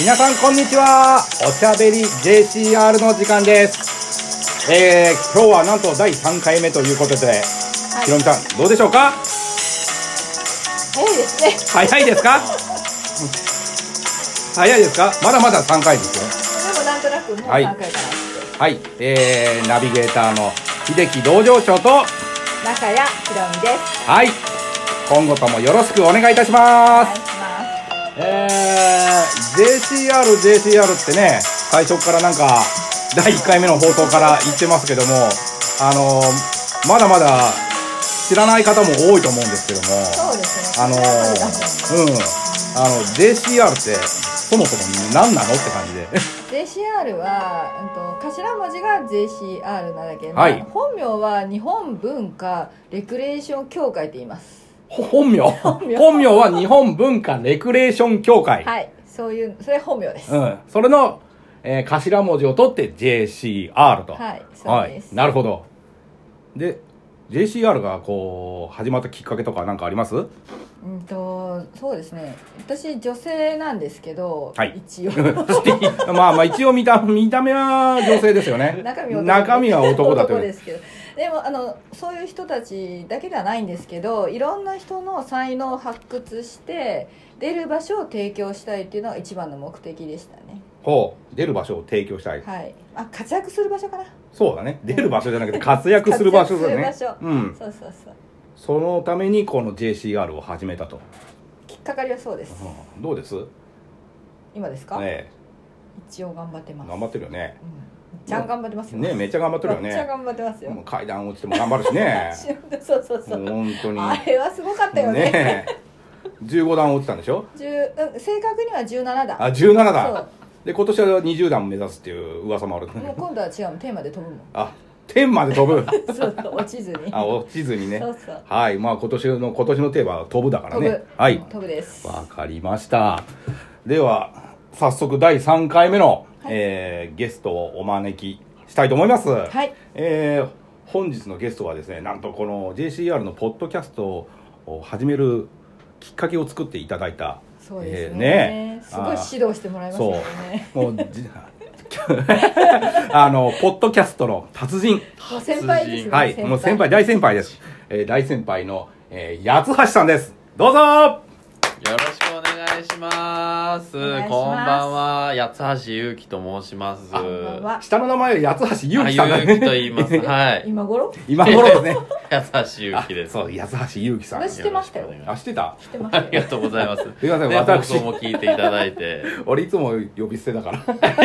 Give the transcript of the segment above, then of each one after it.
皆さんこんにちは。おしゃべり JCR の時間です。今日はなんと第3回目ということで、はい、ひろみさんどうでしょうか？ 早いですね。 早いですか？早いですか？まだまだ3回ですよ。でもなんとなくもう3回かなって。 はい、ナビゲーターの秀樹道場長と中谷ひろみです。 はい、今後ともよろしくお願いいたします。JCR ってね、最初からなんか第1回目の放送から言ってますけども、まだまだ知らない方も多いと思うんですけども、 そうですね。JCR ってそもそも何なのって感じで。 JCR は、頭文字が JCR なだけ、 はい、 本名は日本文化レクレーション協会って言います。 本名は日本文化レクレーション協会。 はい、それ本名です。 それの、頭文字を取って JCR と。 はい、そうです。 なるほど。で、JCR がこう始まったきっかけとか何かあります？ そうですね。私女性なんですけど、 はい、 一応まあ一応見た目は女性ですよね。中身は男だと。 男ですけど。でもそういう人たちだけではないんですけど、いろんな人の才能を発掘して出る場所を提供したいっていうのが一番の目的でしたね。 出る場所を提供したい。 はい。活躍する場所かな。 そうだね。出る場所じゃなくて活躍する場所だね。 そうそうそう。 そのためにこの JCR を始めたと。 きっかかりはそうです。 どうです？ 今ですか？一応頑張ってます。 頑張ってるよね。 めっちゃ頑張ってますよね。めっちゃ頑張ってるよね。 めっちゃ頑張ってますよ。 もう階段落ちても頑張るしね。 そう本当に。 あれはすごかったよね。 15段落ちたんでしょ？ 正確には17段。 17段。で今年は20段目指すっていう噂もある。もう今度は違う、天まで飛ぶもん。 天まで飛ぶ。 そう落ちずに。 落ちずにね。 そう。 はい、まあ今年のテーマは飛ぶだからね。はい。 飛ぶです。 わかりました。では早速第3回目の、ゲストをお招きしたいと思います。 はい。 本日のゲストはですね、なんとこの JCR のポッドキャストを始めるきっかけを作っていただいた。 そうですね。すごい指導してもらいましたよね。 もうポッドキャストの達人。 もう先輩ですね。 はい、もう大先輩です。大先輩の、八橋さんです。どうぞ。 よろしくお願いします。こんばんは、八橋ゆうきと申します。 下の名前は八橋ゆうきさんだね。 ゆうきと言います。はい。 今頃ですね。 八橋ゆうきです。 そう、八橋ゆうきさん。 知ってましたよ。 知ってた？ 知ってました。 ありがとうございます。 すいません、 私も聞いていただいて。 俺いつも呼び捨てだから。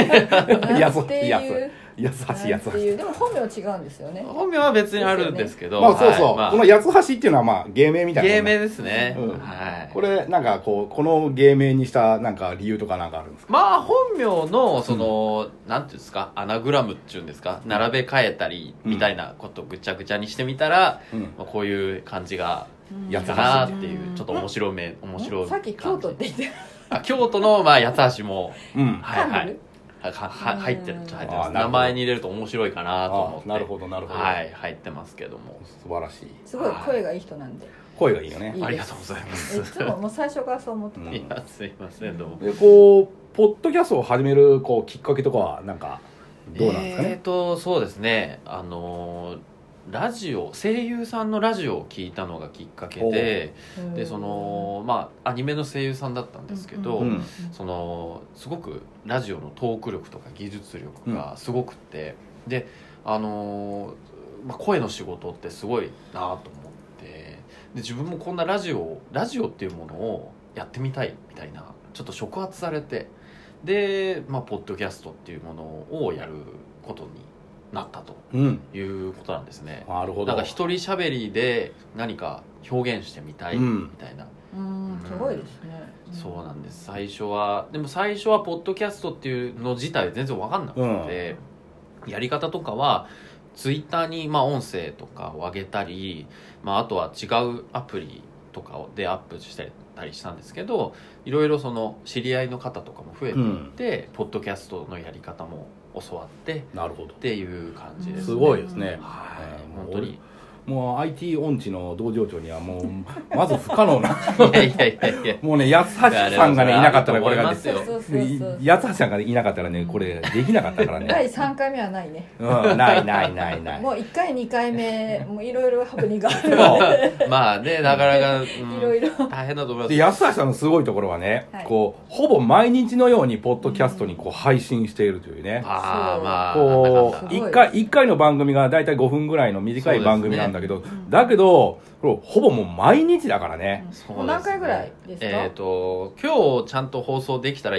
八橋。 でも本名は違うんですよね。 本名は別にあるんですけど。 まあそうそう。この八橋っていうのはまあ芸名みたいな。 芸名ですね。 はい。これなんかこの芸名にしたなんか理由とかなんかあるんですか？ まあ本名のそのなんていうんですか、アナグラムっていうんですか、並べ替えたりみたいなことをぐちゃぐちゃにしてみたら、こういう感じがいいかなっていうちょっと面白い。 さっき京都って言って。 京都の八橋もはい入ってます。名前に入れると面白いかなと思って。 なるほど。 はい、入ってますけども。 素晴らしい。 すごい声がいい人なんで。 声がいいよね。 ありがとうございます。 いつももう最初からそう思ってた。 いや、すいません、どうも。 でポッドキャストを始めるきっかけとかはなんかどうなんですかね？ そうですね。ラジオ、声優さんのラジオを聞いたのがきっかけで、アニメの声優さんだったんですけど、すごくラジオのトーク力とか技術力がすごくて、で声の仕事ってすごいなと思って、で自分もこんなラジオっていうものをやってみたいみたいな、ちょっと触発されて、でポッドキャストっていうものをやることになったということなんですね。 なるほど。 なんか一人喋りで何か表現してみたいみたいな。 すごいですね。 そうなんです。最初はポッドキャストっていうの自体全然分かんなくて、やり方とかはツイッターに音声とかを上げたり、あとは違うアプリとかでアップしてたりしたんですけど、いろいろその知り合いの方とかも増えていって、ポッドキャストのやり方も教わって、 なるほどっていう感じですね。 すごいですね。 はい、本当にもう IT 音痴の道場長にはもうまず不可能ないやもうね八橋さんがねいなかったらこれがそう八橋さんがいなかったらねこれできなかったからね第3回目はないね。 ないもう1回2回目もういろいろハプニングがあるまあねなかなか、 いろいろ大変だと思います。 で八橋さんのすごいところはね、 はいこうほぼ毎日のようにポッドキャストにこう配信しているというね、 まあこうなんだかんだすごい 1回の番組がだいたい5分ぐらいの短い番組なんだけど、だけどこれほぼもう毎日だからね、 そうですねもう何回ぐらいですか？ 今日ちゃんと放送できたら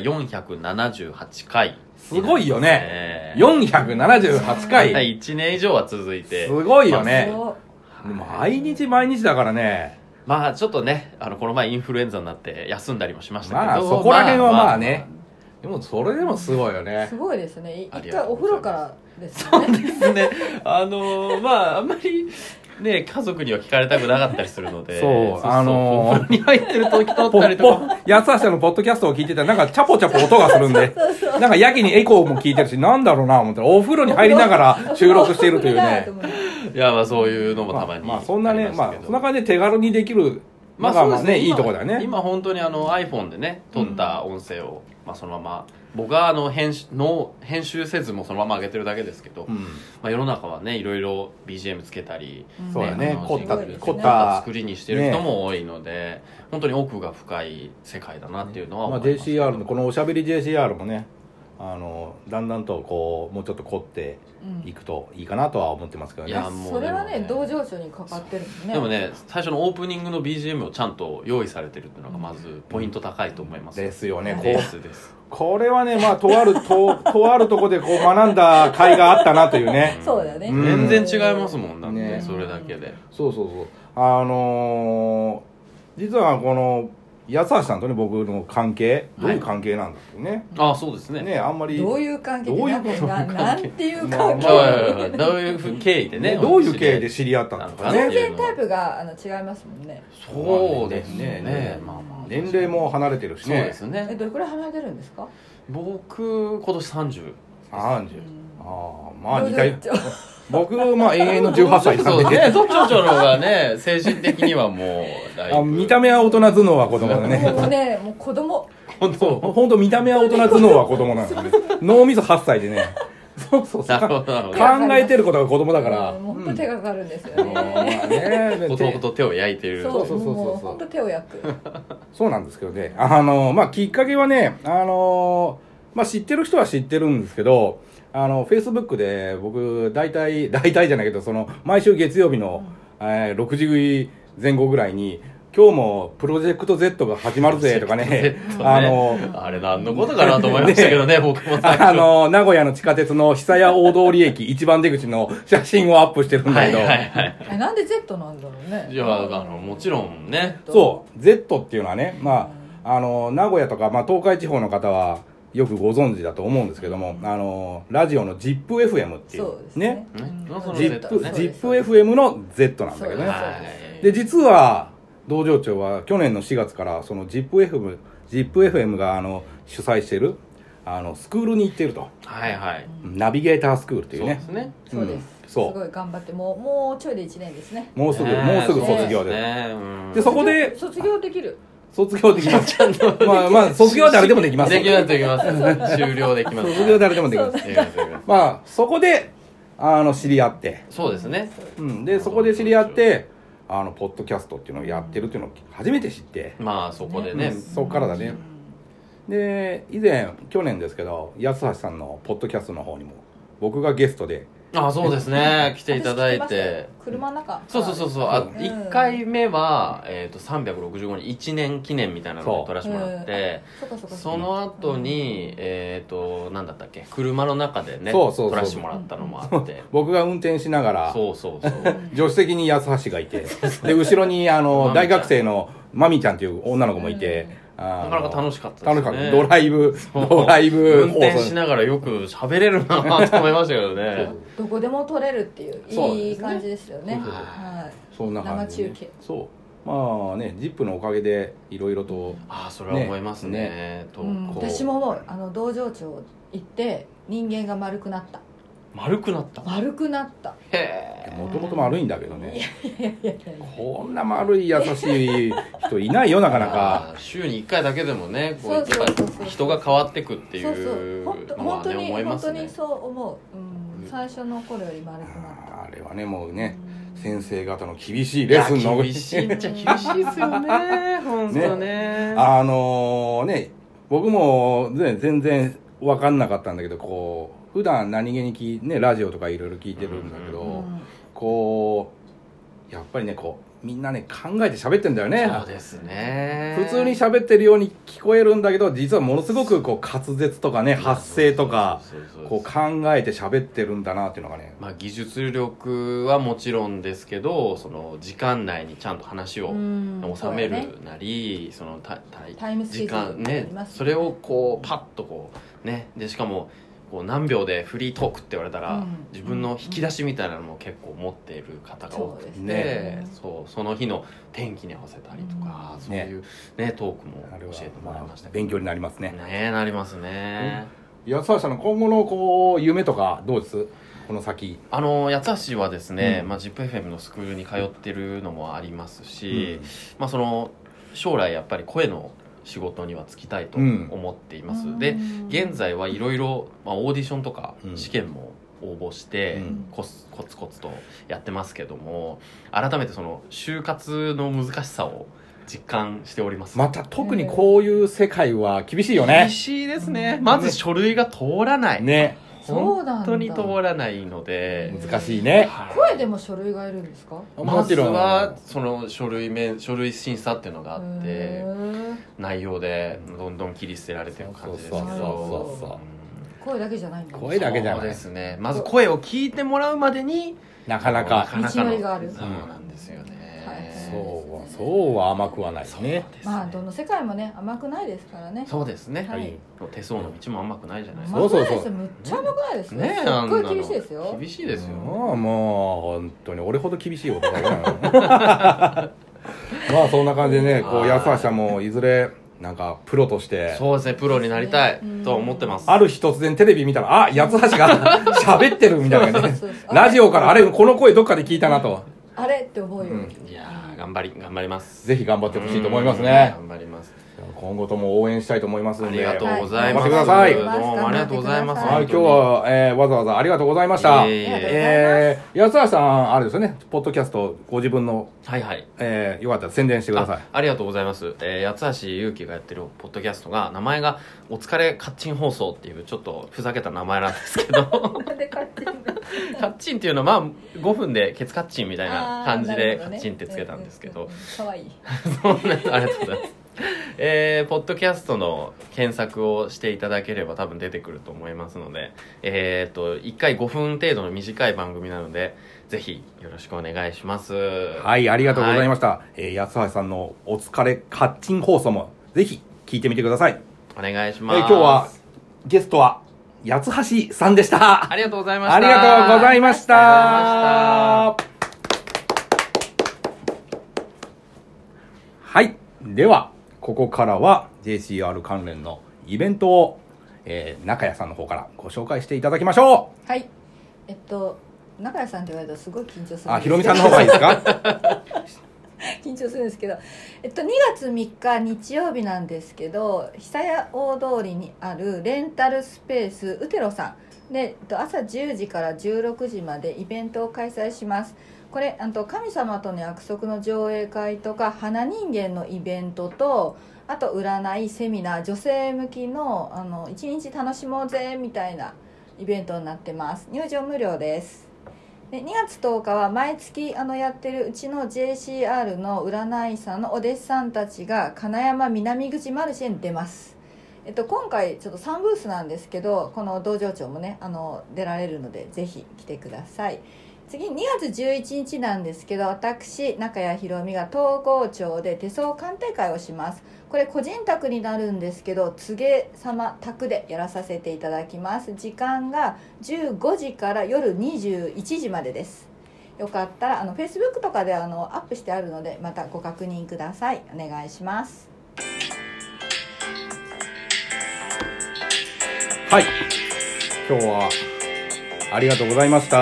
478回すごいよね、478回、 1年以上は続いてすごいよね、 そう毎日だからね、 まあちょっとねこの前インフルエンザになって休んだりもしましたけど、 まあそこら辺はまあね、でもそれでもすごいよねすごいですね。 あ一回おりがとうございます風呂からですよね。 ですねまああんまりね家族には聞かれたくなかったりするのでそうお風呂に入ってる時撮ったりとか八橋さんのポッドキャストを聞いてたらなんかチャポチャポ音がするんでなんかやけにエコーも聞いてるしなんだろうな思ったらお風呂に入りながら収録しているというねいやまあそういうのもたまにまあそんなねまあありましたけどそんな感じで手軽にできるまあのがそうですねいいとこだよね。 今本当にiPhone でね撮った音声を、そのまま僕は編集せずもそのまま上げてるだけですけど、世の中はねいろいろ BGM つけたり、 そうだね凝った作りにしてる人も多いので、本当に奥が深い世界だなっていうのは思います、 JCR のこのおしゃべり JCR もねだんだんとこうもうちょっと凝っていくといいかなとは思ってますけどね。 いやもうそれはね道場長にかかってるんね。 でもね最初のオープニングの BGM をちゃんと用意されてるっていうのがまずポイント高いと思います。 ですよね。 ですこれはねまあとあるとこでこう学んだ甲斐があったなというね。 そうだね。 全然違いますもんだって、 ねそれだけで。 そう実はこの八橋さんとね僕の関係どういう関係なんだっていうね。 あそうですね。 ねあんまりどういう関係でなんていう関係、 どういう経緯でね。 どういう経緯で知り合ったのかね。 全然タイプが違いますもんね。 そうですね。 年齢も離れてるしね。 そうですね。 どれくらい離れてるんですか？ 僕今年30。 ああまあ似たよ。僕まあ永遠の18歳なんでね。道場長の方がね精神的にはもうだいぶ見た目は大人頭脳は子供だね。 もうねもう子供。 本当見た目は大人頭脳は子供なんですね。脳みそ8歳でね。そう考えてることが子供だからもう本当手がかかるんですよね。 子供と手を焼いてる。 そう本当手を焼く。 そうなんですけどね。まあきっかけはねまあ知ってる人は知ってるんですけど。Facebook で僕大体じゃないけど毎週月曜日の、6時前後ぐらいに今日もプロジェクト Z が始まるぜとかねあれ何のことかなと思いましたけどね僕も名古屋の地下鉄の久屋大通駅一番出口の写真をアップしてるんだけどなんで Z なんだろうね。 いやもちろんねそう Z っていうのはねまあ名古屋とか、まあ、東海地方の方はよくご存知だと思うんですけどもラジオの ZIPFM っていうね ZIPFM の Z なんだけどね。で実は道場長は去年の4月からその ZIPFM が主催してるスクールに行ってると。ナビゲータースクールっていうね。 そうです。すごい頑張ってもうちょいで1年ですね。 もうすぐ卒業でそこで卒業できる。 卒業できます。まあ卒業は誰でもできます。 できます。終了できます。 卒業は誰でもできます。まあそこで知り合って。 そうですね。 でそこで知り合ってポッドキャストっていうのをやってるっていうのを初めて知って。 まあそこでね。 そこからだね。で去年ですけど八橋さんのポッドキャストの方にも僕がゲストで。 そうですね来ていただいて車の中そう1回目は365日1年記念みたいなのを撮らせてもらってその後に何だったっけ車の中でね撮らせてもらったのもあって僕が運転しながらそう助手席に八橋がいてで後ろに大学生のマミちゃんっていう女の子もいてなかなか楽しかったですね。 ドライブ運転しながらよく喋れるなと思いましたけどね。 どこでも撮れるっていういい感じですよね。 そんな感じ。 生中継。 そうまあねZIPのおかげでいろいろとそれは思いますね。 私も道場長行って人間が丸くなった。 丸くなった。 丸くなった。 へえ。 もともと丸いんだけどね。 いやいやこんな丸い優しい人いないよなかなか。 週に1回だけでもね、こうやっぱり人が変わってくっていうのはね思いますね。 本当にそう思う。最初の頃より丸くなった。 あれはねもうね。先生方の厳しいレッスンの厳しいっちゃ厳しいですよね。本当ね。 ね僕も、ね、全然分かんなかったんだけどこう普段何気にねラジオとかいろいろ聞いてるんだけど、こうやっぱりねこうみんなね考えて喋ってんだよね。 そうですね。 普通に喋ってるように聞こえるんだけど実はものすごくこう滑舌とかね発声とかこう考えて喋ってるんだなっていうのがね。 まあ技術力はもちろんですけど、その時間内にちゃんと話を収めるなり、そのタイムスケジュールね、それをこうパッとこうねでしかもこう何秒でフリートークって言われたら、自分の引き出しみたいなのも結構持っている方が多くて、その日の天気に合わせたりとか、そういうねトークも教えてもらいました。 勉強になりますね。 なりますね。 八橋さんの今後のこう夢とかどうです？この先八橋はですね、ZIPFM のスクールに通ってるのもありますし、その将来やっぱり声の仕事には就きたいと思っています、で現在はいろいろオーディションとか試験も応募して、コツコツとやってますけども、改めてその就活の難しさを実感しております。 また特にこういう世界は厳しいよね。 厳しいですね。まず書類が通らないね。 本当に通らないので難しいね。 声でも書類がいるんですか？ まずはその書類審査っていうのがあって内容でどんどん切り捨てられてる感じですけど、 声だけじゃないんだ。 声だけじゃない。 そうですね。まず声を聞いてもらうまでになかなか道のりがある。 そうなんですよね。 そうは甘くはないですね。 まあどの世界もね甘くないですからね。 そうですね。手相の道も甘くないじゃないですか。 そうむっちゃ甘くないですね。すっごい厳しいですよ。 厳しいですよ。 もう本当に俺ほど厳しい男だけな。まあそんな感じでね、こう八橋さんもいずれなんかプロとしてそうですね、プロになりたいと思ってます。 ある日突然テレビ見たら八橋が喋ってるみたいなね。ラジオからこの声どっかで聞いたなと。 あれって思うよ。 いや頑張ります。 ぜひ頑張ってほしいと思いますね。 頑張ります。 今後とも応援したいと思いますので。 ありがとうございます。 頑張ってください。 どうもありがとうございます。 今日は、わざわざありがとうございました。八橋さんあれですよね、ポッドキャストご自分のよかったら宣伝してください。 ありがとうございます。八橋ゆうきがやってるポッドキャストが名前がお疲れカッチン放送っていうちょっとふざけた名前なんですけどカッチンっていうのはまあ5分でケツカッチンみたいな感じでカッチンってつけたんですけど、 かわいい。 そうね、ありがとうございます。ポッドキャストの検索をしていただければ多分出てくると思いますので、1回5分程度の短い番組なのでぜひよろしくお願いします。 はい、ありがとうございました。八橋さんのお疲れカッチン放送もぜひ聞いてみてください。 お願いします。 今日はゲストは八橋さんでした。 ありがとうございました。 ありがとうございました。はい、ではここからは JCR 関連のイベントを、中谷さんの方からご紹介していただきましょう。はい、中谷さんって言われたらすごい緊張するんですけど。 ひろみさんの方がいいですか？ 緊張するんですけど、2月3日日曜日なんですけど、久屋大通りにあるレンタルスペースウテロさんで、朝10時から16時までイベントを開催します。これ神様との約束の上映会とか花人間のイベントと、あと占いセミナー、女性向きの一日楽しもうぜみたいなイベントになってます。入場無料です。で2月10日は毎月やってるうちの JCR の占い師さんのお弟子さんたちが金山南口マルシェに出ます。今回ちょっと3ブースなんですけど、この道場長もね出られるのでぜひ来てください。次2月11日なんですけど、私中谷ひろみが東郷町で手相鑑定会をします。これ個人宅になるんですけど、柘植様宅でやらさせていただきます。時間が15時から夜21時までです。よかったらFacebook とかでアップしてあるのでまたご確認ください。お願いします。 はい、今日はありがとうございました。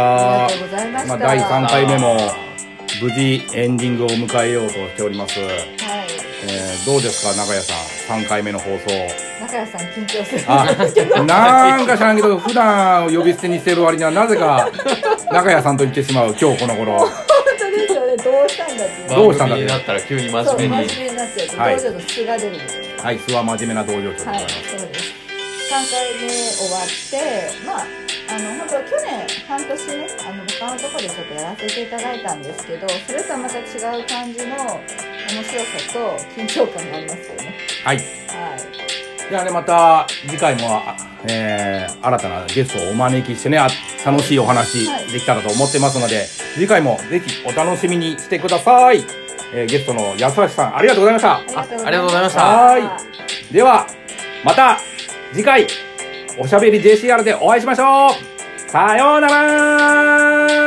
ありがとうございました。 第3回目も無事エンディングを迎えようとしております。はい。どうですか、中谷さん、3回目の放送。 中谷さん緊張するんですけど。 なんか知らんけど、普段呼び捨てにしてる割にはなぜか中谷さんと言ってしまう今日この頃。 本当ですよね。どうしたんだって。 どうしたんだって。 なったら急に真面目に。 真面目になっちゃうと、同情と素が出るんです。 はい、素は真面目な同情とでございます。 そうです。3回目終わって、本当は去年半年ね、他のところでちょっとやらせていただいたんですけど、それとはまた違う感じの面白さと緊張感がありますよね。 はい。じゃあね、また次回も、新たなゲストをお招きしてね、楽しいお話できたらと思ってますので、次回もぜひお楽しみにしてください。ゲストの安橋さん、ありがとうございました。 ありがとうございました。 はい。では、また次回、おしゃべり JCR でお会いしましょう。さようなら。